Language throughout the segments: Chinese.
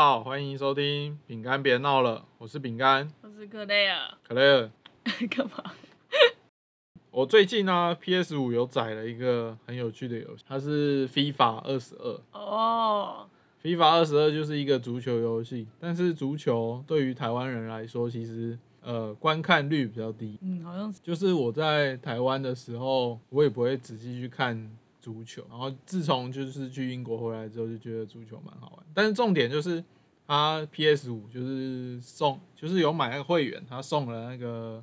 好，欢迎收听饼干别闹了，我是饼干， 我是克雷尔。 可雷尔。 干嘛？ 我最近呢 PS5 有载了一个很有趣的游戏，它是 FIFA 22。 哦， FIFA 22就是一个足球游戏，但是足球对于台湾人来说，其实观看率比较低。 好像是。 就是我在台湾的时候，我也不会仔细去看足球，然后自从就是去英国回来之后，就觉得足球蛮好玩。但是重点就是它 PS5 就是有买那个会员，他送了那个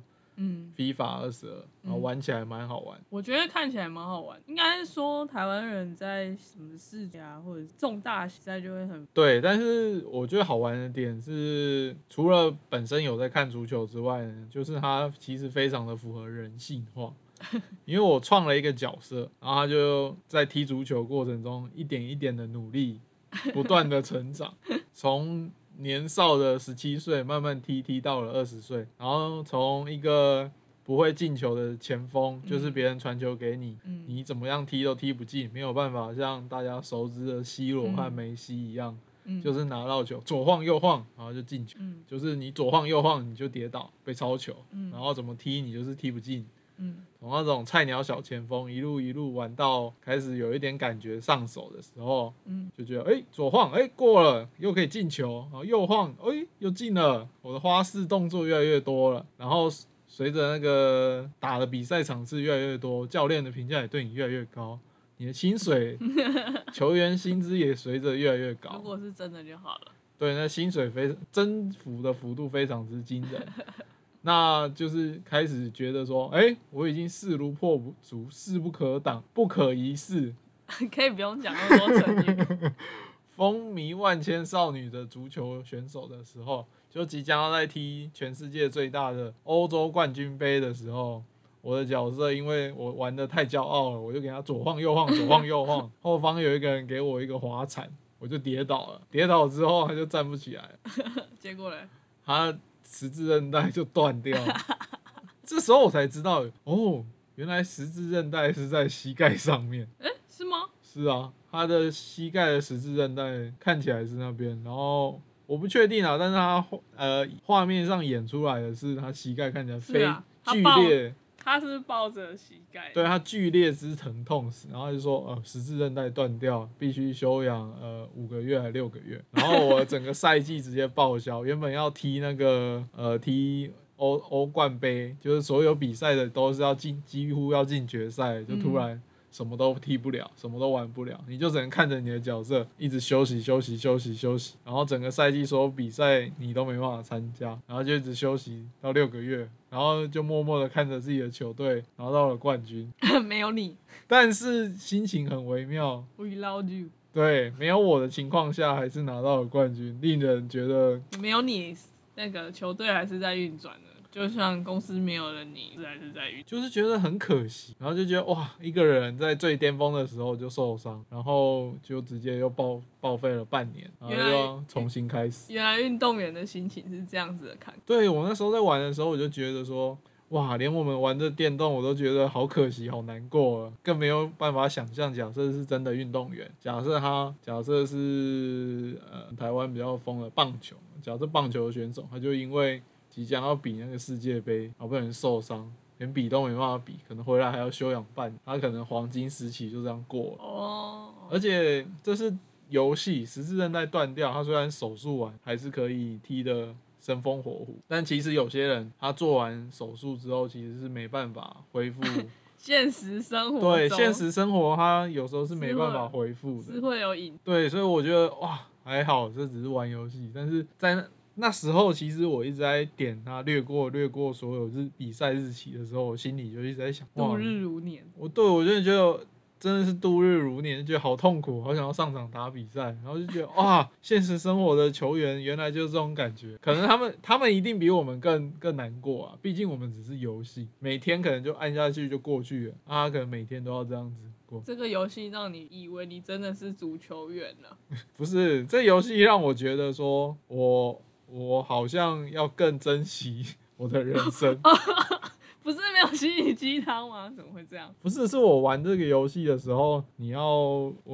FIFA 22，然后玩起来蛮好玩。 我觉得看起来蛮好玩，应该是说台湾人在什么世界啊，或者重大比赛就会很对，但是我觉得好玩的点是，除了本身有在看足球之外呢，就是它其实非常的符合人性化。因为我创了一个角色，然后他就在踢足球过程中一点一点的努力，不断的成长，从年少的17岁慢慢踢到了20岁，然后从一个不会进球的前锋，就是别人传球给你，你怎么样踢都踢不进，没有办法像大家熟知的 C 罗和梅西一样，就是拿到球左晃右晃，然后就进球，就是你左晃右晃你就跌倒被抄球，然后怎么踢你就是踢不进。从那种菜鸟小前锋一路玩到开始有一点感觉上手的时候，就觉得左晃过了，又可以进球，然后右晃又进了，我的花式动作越来越多了，然后随着那个打的比赛场次越来越多，教练的评价也对你越来越高，你的薪水球员薪资也随着越来越高。 如果是真的就好了。 对，那薪水增幅的幅度非常之惊人。那就是开始觉得说，我已经势如破竹，势不可挡，不可一世。 可以不用讲那么多成语。 风靡万千少女的足球选手的时候，就即将要在踢全世界最大的欧洲冠军杯的时候，我的角色因为我玩得太骄傲了，我就给他左晃右晃，左晃右晃，后方有一个人给我一个滑铲，我就跌倒了。跌倒之后他就站不起来了。 结果呢？ 他十字韧带就断掉了。这时候我才知道，原来十字韧带是在膝盖上面。 是吗？ 是啊，他的膝盖的十字韧带看起来是那边，然后我不确定啊，但是他画面上演出来的是他膝盖看起来剧烈。 他是抱着膝盖， 对，他剧烈之疼痛死，然后就说十字韧带断掉，必须休养5个月还6个月，然后我整个赛季直接报销。原本要踢那个踢欧冠杯，就是所有比赛的都是几乎要进决赛，就突然什么都踢不了，什么都玩不了，你就只能看着你的角色一直休息，然后整个赛季所有比赛你都没办法参加，然后就一直休息到6个月，然后就默默的看着自己的球队拿到了冠军。 没有你， 但是心情很微妙。 We love you。 对，没有我的情况下还是拿到了冠军，令人觉得没有你，那个球队还是在运转的。就像公司没有了你，还是在运， 就是觉得很可惜，然后就觉得哇，一个人在最巅峰的时候就受伤，然后就直接又报废了半年，然后又要重新开始。 原来运动员的心情是这样子的看。 对，我那时候在玩的时候，我就觉得说，哇，连我们玩这电动我都觉得好可惜，好难过了，更没有办法想象，假设是真的运动员，假设是台湾比较疯的棒球，假设棒球选手，他就因为即将要比那个世界杯，好不容易受伤，连比都没办法比，可能回来还要休养半年，他可能黄金时期就这样过了。而且这是游戏，十字韧带断掉，他虽然手术完还是可以踢得生风火虎，但其实有些人他做完手术之后，其实是没办法恢复。 现实生活对，现实生活他有时候是没办法恢复的， 是会有瘾。 对，所以我觉得哇，还好，这只是玩游戏，但是在那时候，其实我一直在点他略过所有比赛日期的时候，我心里就一直在想， 度日如年。 我真的觉得真的是度日如年，就觉得好痛苦，好想要上场打比赛，然后就觉得哇，现实生活的球员原来就是这种感觉，可能他们一定比我们更难过啊，毕竟我们只是游戏，每天可能就按下去就过去了，他可能每天都要这样子。 这个游戏让你以为你真的是足球员了？ 不是，这游戏让我觉得说我好像要更珍惜我的人生。 不是没有心灵鸡汤吗？怎么会这样？ 不是，是我玩这个游戏的时候，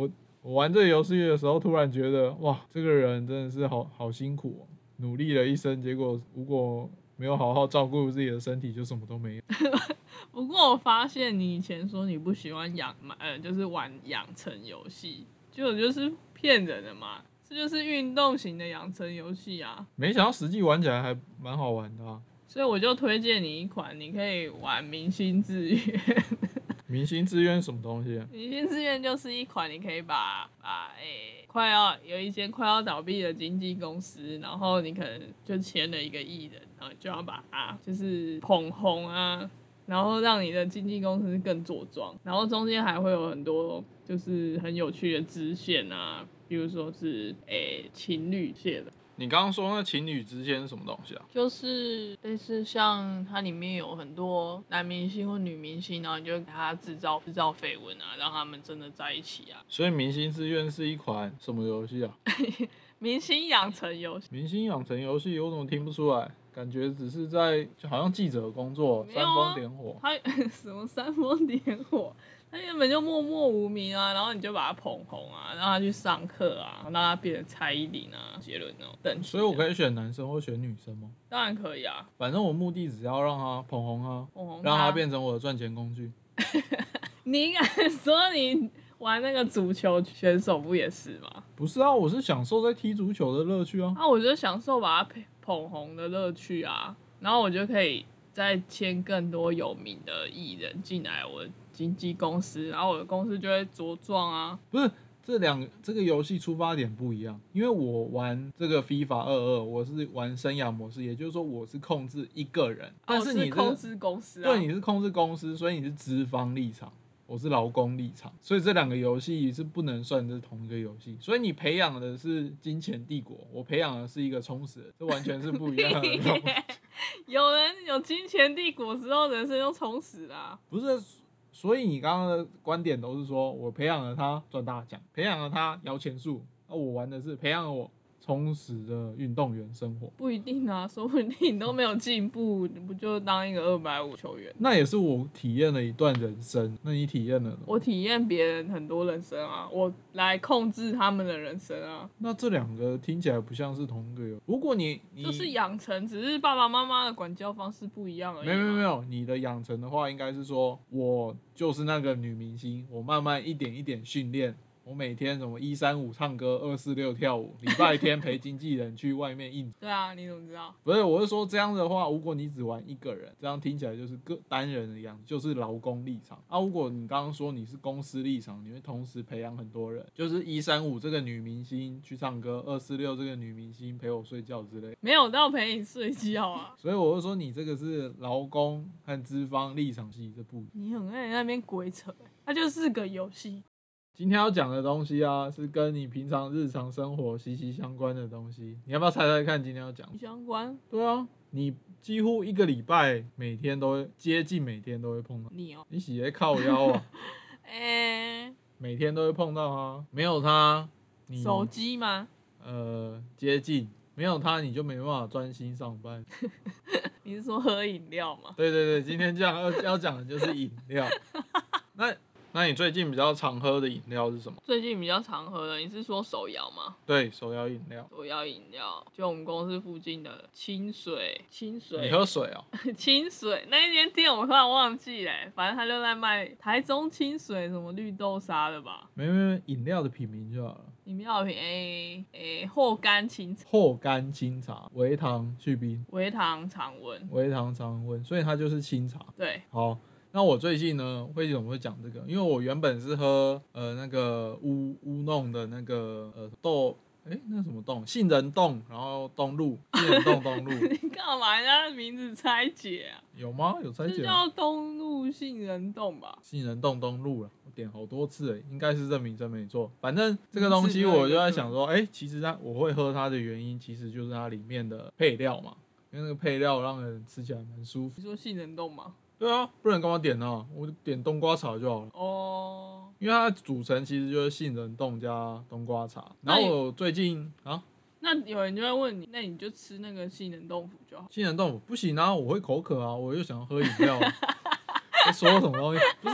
我玩这个游戏的时候，突然觉得哇，这个人真的是好辛苦哦，努力了一生，结果如果没有好好照顾自己的身体，就什么都没有。 不过我发现你以前说你不喜欢就是玩养成游戏，就是骗人的嘛。这就是运动型的养成游戏啊。 没想到实际玩起来还蛮好玩的啊。 所以我就推荐你一款，你可以玩明星志愿。 明星志愿什么东西啊？ 明星志愿就是一款你可以把有一间快要倒闭的经纪公司，然后你可能就签了一个艺人，然后就要把它就是捧红啊，然后让你的经纪公司更茁壮，然后中间还会有很多就是很有趣的支线啊，比如说是情侣线的。 你刚刚说那情侣之间是什么东西啊？ 就是类似像它里面有很多男明星或女明星，然后你就给他制造绯闻啊，让他们真的在一起啊。 所以明星志愿是一款什么游戏啊？ 明星养成游戏。 明星养成游戏，我怎么听不出来？感觉只是就好像记者工作，煽风点火。 他什么煽风点火？他原本就默默无名啊，然后你就把他捧红啊，让他去上课啊，让他变成蔡依林啊、杰伦那种等级。 所以我可以选男生或选女生吗？ 当然可以啊， 反正我目的只要让他捧红他，让他变成我的赚钱工具。 你敢说你玩那个足球选手不也是吗？ 不是啊，我是享受在踢足球的乐趣啊。 我就享受把他捧红的乐趣啊，然后我就可以再签更多有名的艺人进来我的经纪公司，然后我的公司就会茁壮啊。 不是，这个游戏出发点不一样，因为我玩这个 FIFA 22，我是玩生涯模式，也就是说我是控制一个人，但是你、 控制公司啊。 对，你是控制公司，所以你是资方立场。我是劳工立场，所以这两个游戏是不能算是同一个游戏。所以你培养的是金钱帝国，我培养的是一个充实人，这完全是不一样的东西。 有人有金钱帝国之后，人生就充实啦。 不是，所以你刚刚的观点都是说我培养了他赚大奖，培养了他摇钱树，我玩的是培养了我充实的运动员生活。 不一定啊，说不定你都没有进步，你不就当一个250球员？ 那也是我体验了一段人生。那你体验了呢？ 我体验别人很多人生啊，我来控制他们的人生啊。 那这两个听起来不像是同一个游戏。如果你就是养成，只是爸爸妈妈的管教方式不一样而已。 没有，你的养成的话，应该是说我就是那个女明星，我慢慢一点一点训练。我每天什么135唱歌，246跳舞，礼拜天陪经纪人去外面应。 对啊，你怎么知道？ 不是，我是说这样的话，如果你只玩一个人，这样听起来就是单人的样子，就是劳工立场。如果你刚刚说你是公司立场，你会同时培养很多人，就是135这个女明星去唱歌，246这个女明星陪我睡觉之类。 没有到陪你睡觉啊。 所以我就说你这个是劳工和资方立场系，这不一样。 你很爱那边鬼扯，它就是个游戏。 今天要讲的东西啊，是跟你平常日常生活息息相关的东西。你要不要猜猜看今天要讲？ 相关？ 对啊，你几乎一个礼拜接近每天都会碰到。 你哦， 你洗在靠腰啊？每天都会碰到他，没有他，你手机吗？ 接近，没有他你就没办法专心上班。 你是说喝饮料吗？ 对，今天这样要讲的就是饮料。那你最近比较常喝的饮料是什么？ 最近比较常喝的，你是说手摇吗？ 对，手摇饮料。 手摇饮料，就我们公司附近的清水。 你喝水哦？ 清水那一间店我突然忘记了，反正他就在卖台中清水什么绿豆沙的吧？ 没，饮料的品名就好了。 饮料品后干清茶。 后干清茶，微糖去冰， 微糖常温。 微糖常温，所以它就是清茶。 对。 好。那我最近呢，为什么会讲这个？因为我原本是喝那个乌弄的那个那什么冻，杏仁冻，然后杏仁冻东路。 你干嘛人家的名字拆解啊？ 有吗？有拆解？ 是叫东路杏仁冻吧？ 杏仁冻东路了，我点好多次应该是这名称没错。反正这个东西我就在想说，其实我会喝它的原因，其实就是它里面的配料嘛，因为那个配料让人吃起来蛮舒服。 你说杏仁冻吗？ 对啊，不然干嘛点呢？我点冬瓜茶就好了。 哦， 因为它的组成其实就是杏仁冻加冬瓜茶。然后我最近那有人就会问你，那你就吃那个杏仁豆腐就好。 杏仁豆腐不行啊，我会口渴啊，我又想喝饮料。在说什么东西？不是啊，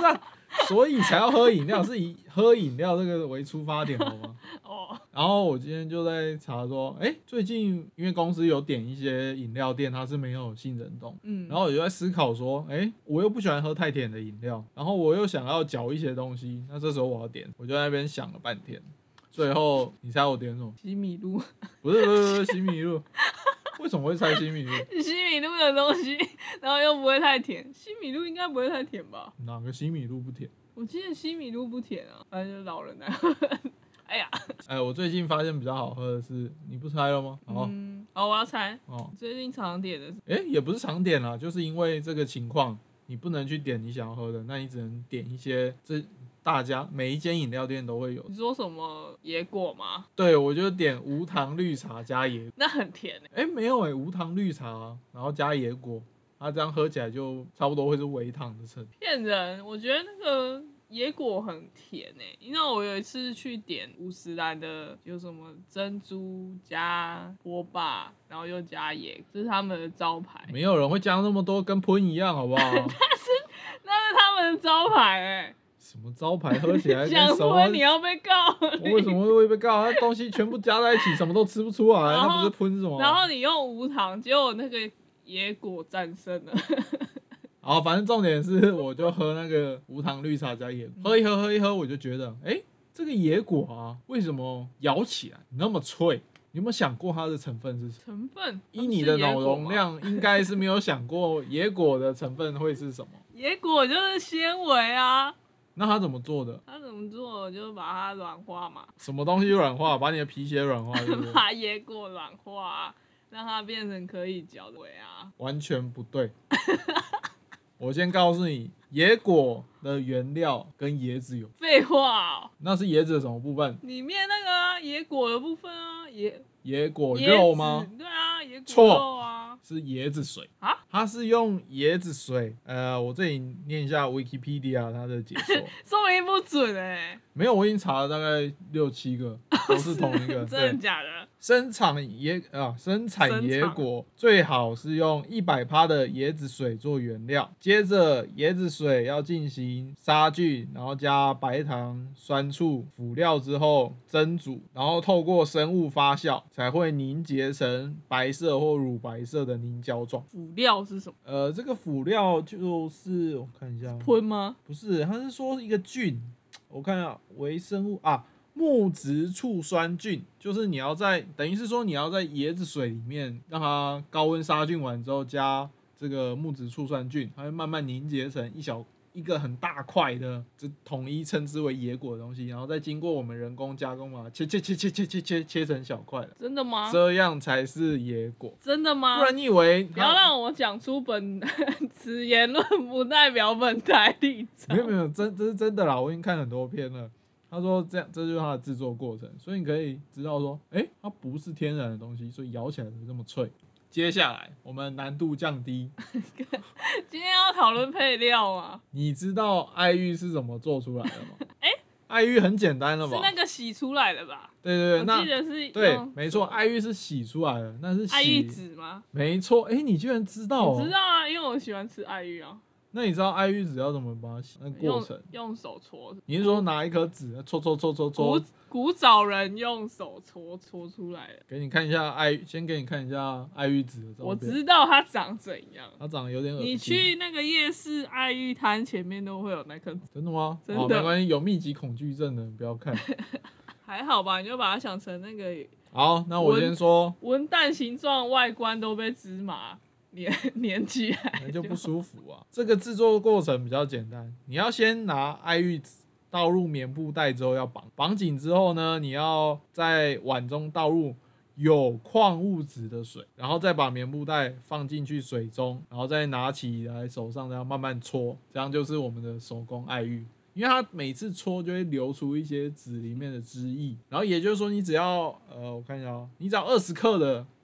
所以才要喝饮料，是以喝饮料这个为出发点，好吗？然后我今天就在查说，最近因为公司有点一些饮料店，它是没有杏仁冻，然后我就在思考说，我又不喜欢喝太甜的饮料，然后我又想要嚼一些东西，那这时候我要点，我就在那边想了半天，最后你猜我点什么？ 西米露？ 不是西米露。为什么会猜西米露？ 西米露的东西，然后又不会太甜，西米露应该不会太甜吧？ 哪个西米露不甜？ 我记得西米露不甜啊，反正就是老人爱喝。哎呀， 我最近发现比较好喝的是，你不猜了吗？ 我要猜。最近常点的是， 也不是常点啦，就是因为这个情况，你不能去点你想要喝的，那你只能点一些大家每一间饮料店都会有。 你说什么野果吗？ 对，我就点无糖绿茶加野果。 那很甜没有无糖绿茶，然后加野果，它这样喝起来就差不多会是微糖的成分。 骗人！我觉得那个野果很甜你知道我有一次去点50兰的，有什么珍珠加波霸，然后又加野，这是他们的招牌。 没有人会加那么多，跟喷一样，好不好？ 那是他们的招牌什么招牌？喝起来跟讲什么？ 喷你要被告。 我为什么会被告？那东西全部加在一起，什么都吃不出来，那不是喷什么？ 然后你用无糖，结果那个野果战胜了。 好，反正重点是，我就喝那个无糖绿茶加野果，喝一喝，我就觉得，这个野果啊，为什么咬起来那么脆？你有没有想过它的成分是什么？ 成分？ 以你的脑容量，应该是没有想过野果的成分会是什么？ 野果就是纤维啊。 那它怎么做的？ 它怎么做？就把它软化嘛。 什么东西软化？把你的皮鞋软化，对不对？ 把野果软化，让它变成可以嚼的啊。 完全不对。我先告诉你，野果的原料跟椰子有。 废话那是椰子的什么部分？ 里面那个野果的部分啊， 野果肉吗？ 对啊，野果肉啊。 是椰子水啊， 它是用椰子水。我这里念一下 Wikipedia 它的解说， 说明不准没有，我已经查了大概6、7个，都是同一个。 真的假的？ 生产野果最好是用100%的椰子水做原料，接着椰子水要进行杀菌，然后加白糖、酸醋、辅料之后蒸煮，然后透过生物发酵才会凝结成白色或乳白色的凝胶状。 辅料是什么？ 这个辅料就是我看一下， 喷吗？ 不是，它是说一个菌，我看一下微生物啊。木质醋酸菌，就是等于是说你要在椰子水里面让它高温杀菌完之后，加这个木质醋酸菌，它会慢慢凝结成一个很大块的，就统一称之为野果的东西，然后再经过我们人工加工嘛，切成小块了。 真的吗？ 这样才是野果。 真的吗？ 不然你以为？ 不要让我讲出此言论不代表本台立场。 没有，这是真的啦，我已经看很多篇了。他说这就是它的制作过程，所以你可以知道说，它不是天然的东西，所以咬起来才这么脆。接下来我们难度降低， 今天要讨论配料吗？ 你知道爱玉是怎么做出来的吗？爱玉很简单了吧？ 是那个洗出来的吧？ 对， 我记得是对，没错，爱玉是洗出来的，那是爱玉籽吗？ 没错，你居然知道？ 我知道啊，因为我喜欢吃爱玉啊。 那你知道爱玉籽要怎么把它洗？那过程用手搓。 你是说拿一颗籽搓？ 古早人用手搓出来的。 给你看一下先给你看一下爱玉籽的照片。 我知道它长怎样。 它长得有点恶心。 你去那个夜市爱玉摊前面都会有那颗籽。 真的吗？ 真的。 没关系，有密集恐惧症的人不要看。 还好吧，你就把它想成那个。 好，那我先说。 文旦形状外观都被芝麻粘起来， 那就不舒服啊。这个制作过程比较简单，你要先拿爱玉籽倒入棉布袋之后要绑紧之后呢，你要在碗中倒入有矿物质的水，然后再把棉布袋放进去水中，然后再拿起来手上，然后慢慢搓，这样就是我们的手工爱玉。因为它每次搓就会流出一些籽里面的汁液，然后也就是说你只要我看一下你只要20克的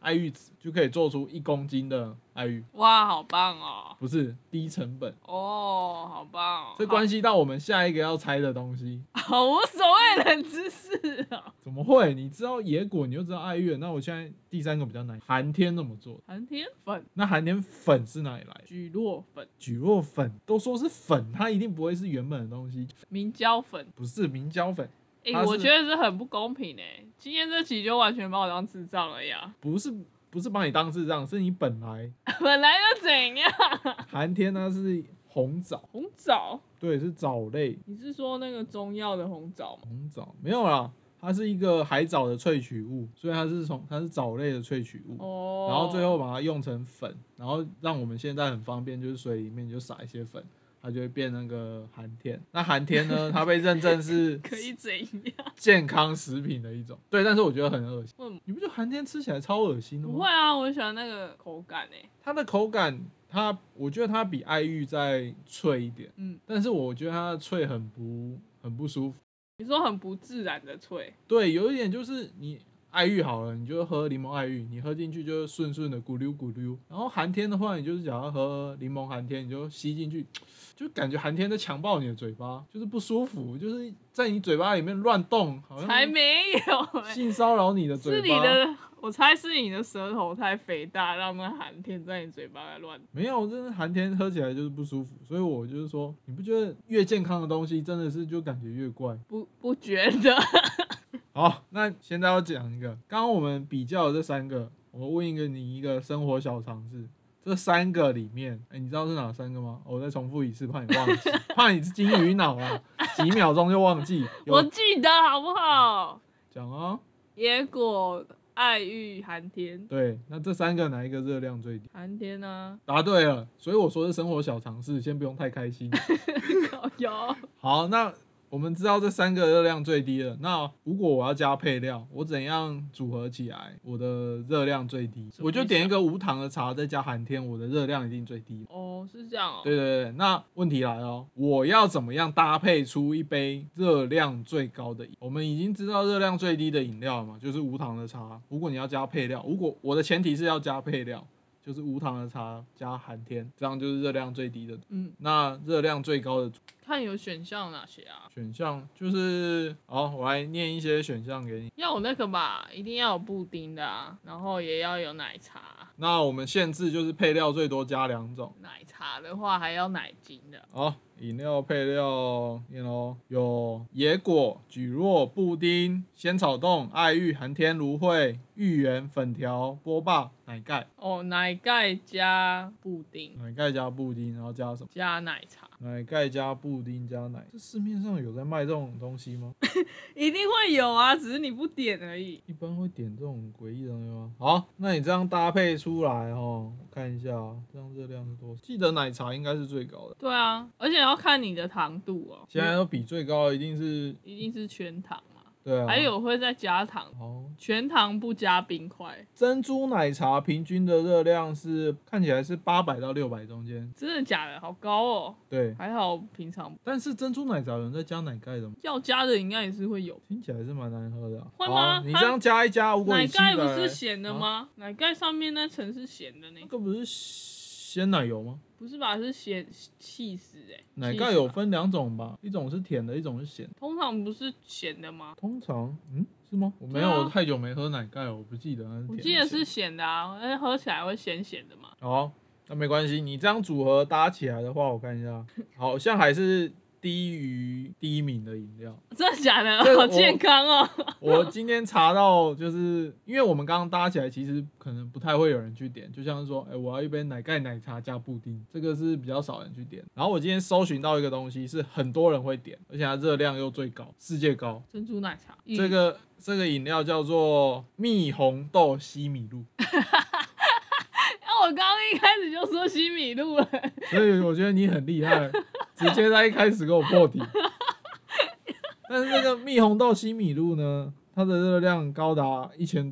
爱玉籽就可以做出1公斤的爱玉。 哇，好棒哦！ 不是低成本哦，好棒哦！ 这关系到我们下一个要猜的东西。 好无所谓冷知识哦。 怎么会？你知道野果，你就知道爱玉了。那我现在第3个比较难，寒天怎么做？ 寒天粉， 那寒天粉是哪里来的？ 蒟蒻粉、 蒟蒻粉都说是粉，它一定不会是原本的东西。 明胶粉， 不是明胶粉。 我觉得这很不公平今天这集就完全把我当智障了呀！ 不是把你当智障，是你本来就怎样？ 寒天它是红枣， 红枣， 对，是枣类。 你是说那个中药的红枣吗？ 红枣没有啦，它是一个海藻的萃取物，所以它是藻类的萃取物。 哦。 然后最后把它用成粉，然后让我们现在很方便，就是水里面你就撒一些粉。它就会变那个寒天。那寒天呢，它被认证是可以怎样健康食品的一种。对，但是我觉得很恶心。你不觉得寒天吃起来超恶心的吗？ 不会啊，我喜欢那个口感它的口感，我觉得它比爱玉再脆一点。但是我觉得它的脆很不舒服。 你说很不自然的脆？ 对，有一点就是你。爱玉好了，你就喝柠檬爱玉，你喝进去就是顺顺的咕溜咕溜。然后寒天的话，你就是想要喝柠檬寒天，你就吸进去，就感觉寒天在强暴你的嘴巴，就是不舒服，就是在你嘴巴里面乱动，好像才没有性骚扰你的嘴巴。 我猜是你的舌头太肥大，让那寒天在你嘴巴乱。 没有，真的寒天喝起来就是不舒服，所以我就是说，你不觉得越健康的东西真的是就感觉越怪？ 不觉得。 好，那现在要讲一个，刚刚我们比较的这3个，我问你一个生活小常识，这3个里面，你知道是哪3个吗？我再重复一次，怕你忘记，怕你是金鱼脑啊，几秒钟就忘记。 我记得好不好？ 讲啊， 野果、爱玉、寒天。 对，那这3个哪一个热量最低？ 寒天啊。 答对了，所以我说是生活小常识，先不用太开心。 有。 好，那。我们知道这3个热量最低了，那如果我要加配料，我怎样组合起来我的热量最低？我就点一个无糖的茶，再加寒天，我的热量一定最低。 哦，是这样哦。 对对对，那问题来了，我要怎么样搭配出一杯热量最高的饮料？我们已经知道热量最低的饮料嘛，就是无糖的茶。如果你要加配料，如果我的前提是要加配料，就是无糖的茶加寒天，这样就是热量最低的。那热量最高的。 看有选项哪些啊？ 选项就是我来念一些选项给你。 要有那个吧，一定要有布丁的啊，然后也要有奶茶。 那我们限制就是配料最多加2种。 奶茶的话还要奶精的。 饮料配料有野果、蒟蒻、布丁、仙草冻、爱玉、寒天、芦荟、芋圆、粉条、波霸、奶盖。 奶盖加布丁。 奶盖加布丁，然后加什么？ 加奶茶。 奶盖加布丁加奶，这市面上有在卖这种东西吗？ 一定会有啊，只是你不点而已。 一般会点这种诡异的东西吗？好，那你这样搭配出来我看一下这样热量是多少？记得奶茶应该是最高的。 对啊，而且要看你的糖度现在都比最高的一定是全糖嘛。 对啊， 还有会再加糖，全糖不加冰块。 珍珠奶茶平均的热量看起来是800到600中间。 真的假的？好高哦。 对， 还好平常。 但是珍珠奶茶有人在加奶盖的吗？ 要加的应该也是会有。 听起来是蛮难喝的。 会吗？ 你这样加一加，如果奶盖不是咸的吗？奶盖上面那层是咸的呢。 那个不是鲜奶油吗？ 不是吧，是咸气死奶盖有分2种吧，一种是甜的，一种是咸的。 通常不是咸的吗？ 通常，是吗？我没有，我太久没喝奶盖了，我不记得那是甜的。 我记得是咸的啊，而且喝起来会咸咸的嘛。 好，那没关系，你这样组合搭起来的话，我看一下，好像还是低于第1名的饮料。 真的假的？好健康哦！ 我今天查到，就是因为我们刚刚搭起来，其实可能不太会有人去点，就像是说，我要一杯奶盖奶茶加布丁，这个是比较少人去点。然后我今天搜寻到一个东西，是很多人会点，而且它热量又最高，世界高。 珍珠奶茶。 这个饮料叫做蜜红豆西米露。 我刚刚一开始就说西米露了， 所以我觉得你很厉害，直接在一开始给我破题。但是那个蜜红豆西米露呢，它的热量高达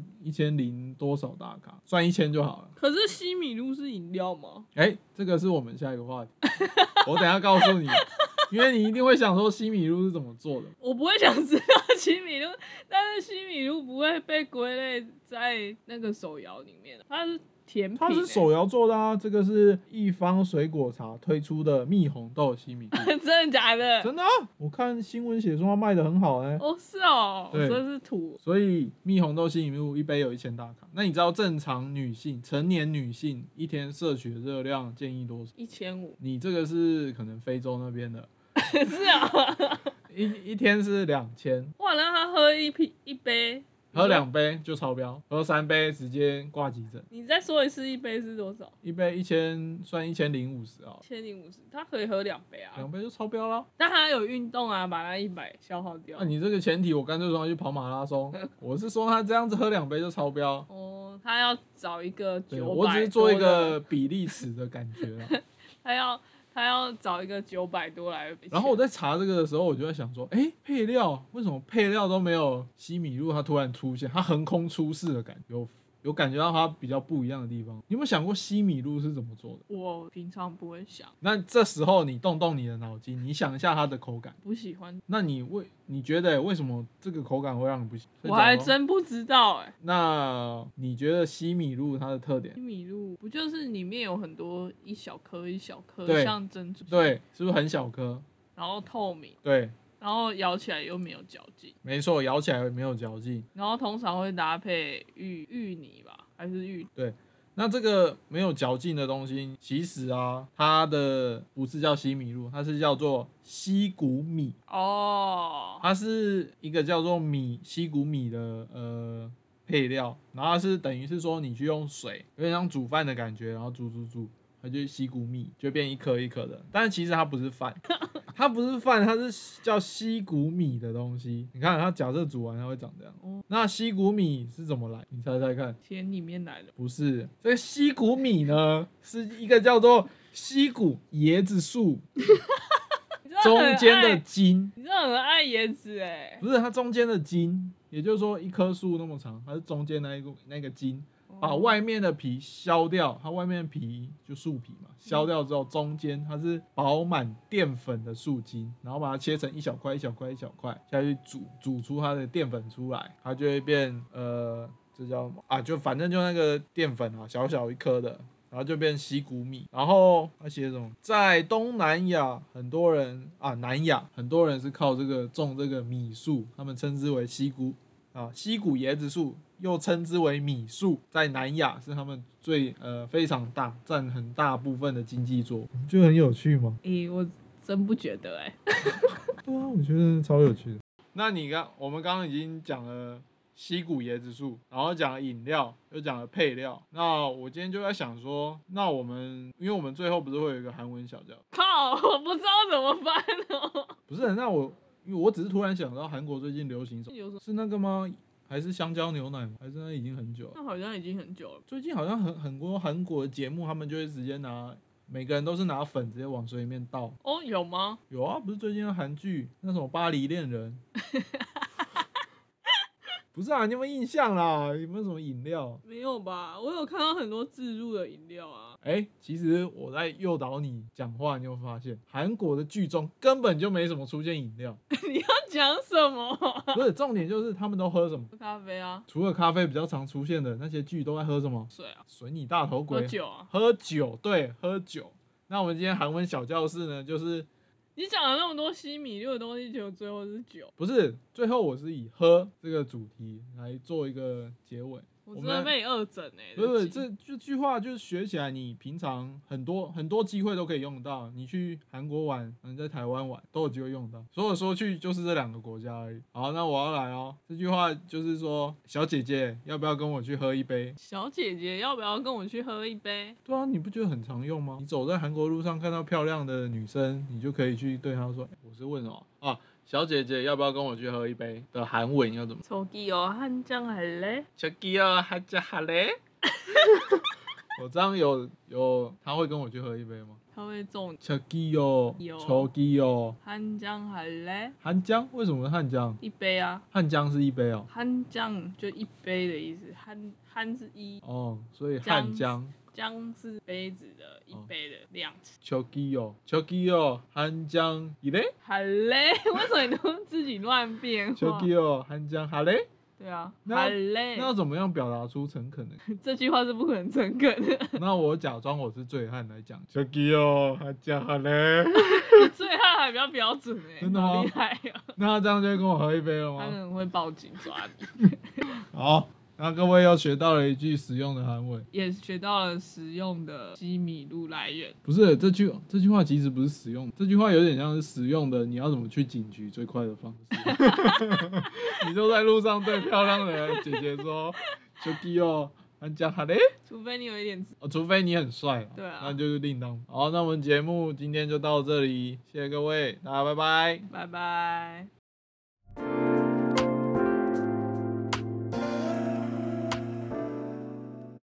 1000多少大卡，算1000就好了。 可是西米露是饮料吗？ 这个是我们下一个话题，我等一下告诉你。 因为你一定会想说西米露是怎么做的。 我不会想知道西米露，但是西米露不会被归类在那个手摇里面，它是甜品、 它是手摇做的啊，这个是一方水果茶推出的蜜红豆西米露。 真的假的？ 真的啊，我看新闻写说它卖的很好哦，是哦，我对真是土。 所以蜜红豆西米露一杯有1000大卡。那你知道正常女性、成年女性一天摄取的热量建议多少 ？1500。 你这个是可能非洲那边的， 是啊。 一天是2000， 哇，那他喝一杯， 喝2杯就超标，喝3杯直接挂急诊。 你再说一次，一杯是多少？ 一杯算1050啊 ，1050，他可以喝2杯啊。 2杯就超标了。 但他有运动啊，把那100消耗掉。 那你这个前提，我干脆说他去跑马拉松。我是说他这样子喝2杯就超标。 哦，他要找一个900， 我只是做一个比例尺的感觉啦。 他要找一个900多来。 然后我在查这个的时候，我就在想说，配料为什么配料都没有西米露它突然出现，它横空出世的感觉，有感觉到它比较不一样的地方。你有没有想过西米露是怎么做的？ 我平常不会想。 那这时候你动你的脑筋，你想一下它的口感。 不喜欢。 那你觉得为什么这个口感会让你不喜欢？ 我还真不知道那你觉得西米露它的特点？ 西米露不就是里面有很多一小颗一小颗，像珍珠？ 对，是不是很小颗？ 然后透明。 对。 然后咬起来又没有嚼劲。 没错，咬起来没有嚼劲。 然后通常会搭配芋泥吧，还是芋？ 对，那这个没有嚼劲的东西，其实啊，它的不是叫西米露，它是叫做西谷米。 哦。 它是一个叫做西谷米的配料，然后它是等于是说你去用水，有点像煮饭的感觉，然后煮，它就是西谷米，就变一颗一颗的。但是其实它不是饭。它不是饭，它是叫西谷米的东西。你看它假设煮完它会长这样。那西谷米是怎么来？你猜猜看。 田里面来的？ 不是，这个西谷米呢是一个叫做西谷椰子树中间的茎。 你真的很爱椰子不是，它中间的茎，也就是说一棵树那么长，它是中间那个茎。把外面的皮削掉，它外面的皮就树皮嘛，削掉之后，中间它是饱满淀粉的树筋，然后把它切成一小块一小块一小块下去煮出它的淀粉出来，它就会变这叫什么啊？就反正就那个淀粉啊，小小一颗的，然后就变西谷米。然后它写什么？在东南亚很多人南亚很多人是靠这个种这个米树，他们称之为西谷椰子树。又称之为米树，在南亚是他们非常大，占很大部分的经济作物。你觉得很有趣吗？ 我真不觉得对啊，我觉得超有趣的。那我们刚刚已经讲了西谷椰子树，然后讲了饮料，又讲了配料。那我今天就在想说，那因为我们最后不是会有一个韩文小教？ 靠，我不知道怎么翻哦。 不是，因为我只是突然想到韩国最近流行什么？是那个吗？还是香蕉牛奶吗？还是那已经很久了？ 那好像已经很久了。 最近好像很多韩国的节目，他们就会直接每个人都是拿粉直接往水里面倒。 哦，有吗？ 有啊，不是最近的韩剧那什么巴黎恋人。不是啊，你有没有印象啦？有没有什么饮料？ 没有吧，我有看到很多自助的饮料啊。 其实我在诱导你讲话，你有发现韩国的剧中根本就没什么出现饮料。 你要讲什么？ 不是，重点就是他们都喝什么？ 喝咖啡啊。 除了咖啡比较常出现的那些剧都在喝什么？ 水啊。 水你大头鬼。 喝酒啊。 喝酒，对，喝酒。那我们今天韩文小教室呢，就是你讲了那么多西米露的东西，结果最后是酒。 不是，最后我是以喝这个主题来做一个结尾。 我真的被你恶整不是，这句话就是学起来，你平常很多机会都可以用到。你去韩国玩，你在台湾玩，都有机会用到。所以说去就是这2个国家而已。好，那我要来哦。这句话就是说，小姐姐要不要跟我去喝一杯？ 小姐姐要不要跟我去喝一杯？ 对啊，你不觉得很常用吗？你走在韩国路上看到漂亮的女生，你就可以去对她说：“我是问什么啊？小姐姐要不要跟我去喝一杯？”的韩文要怎么？ 저기요한잔할래？ 我这样他会跟我去喝一杯吗？ 他会中。 저기요 한잔할래？ 한장？为什么汉江？ 一杯啊。 汉江是一杯哦。 한장就一杯的意思，한是一。 哦，所以汉江。 姜是杯子的一杯的量词。 저기요, 한 장 이래? 好嘞，为什么你都自己乱变化？ 저기요, 한 장 할래? 对啊， 那好嘞那。要怎么样表达出诚恳呢？ 这句话是不可能诚恳的。 那我假装我是醉汉来讲저기요, 한 장 할래? 你醉汉还比较标准哎， 真的吗好厉害哦！ 那他这样就会跟我喝一杯了吗？ 他可能会报警抓你。 好，那各位又学到了一句实用的韩文。 也学到了实用的西米露来源。 不是这句话其实不是实用，这句话有点像是实用的，你要怎么去警局最快的方式。你就在路上对漂亮的姐姐说저기요 한 장 할래? 除非你有一点除非你很帅， 对啊那就是另当。好，那我们节目今天就到这里，谢谢各位，大家拜拜。 拜拜。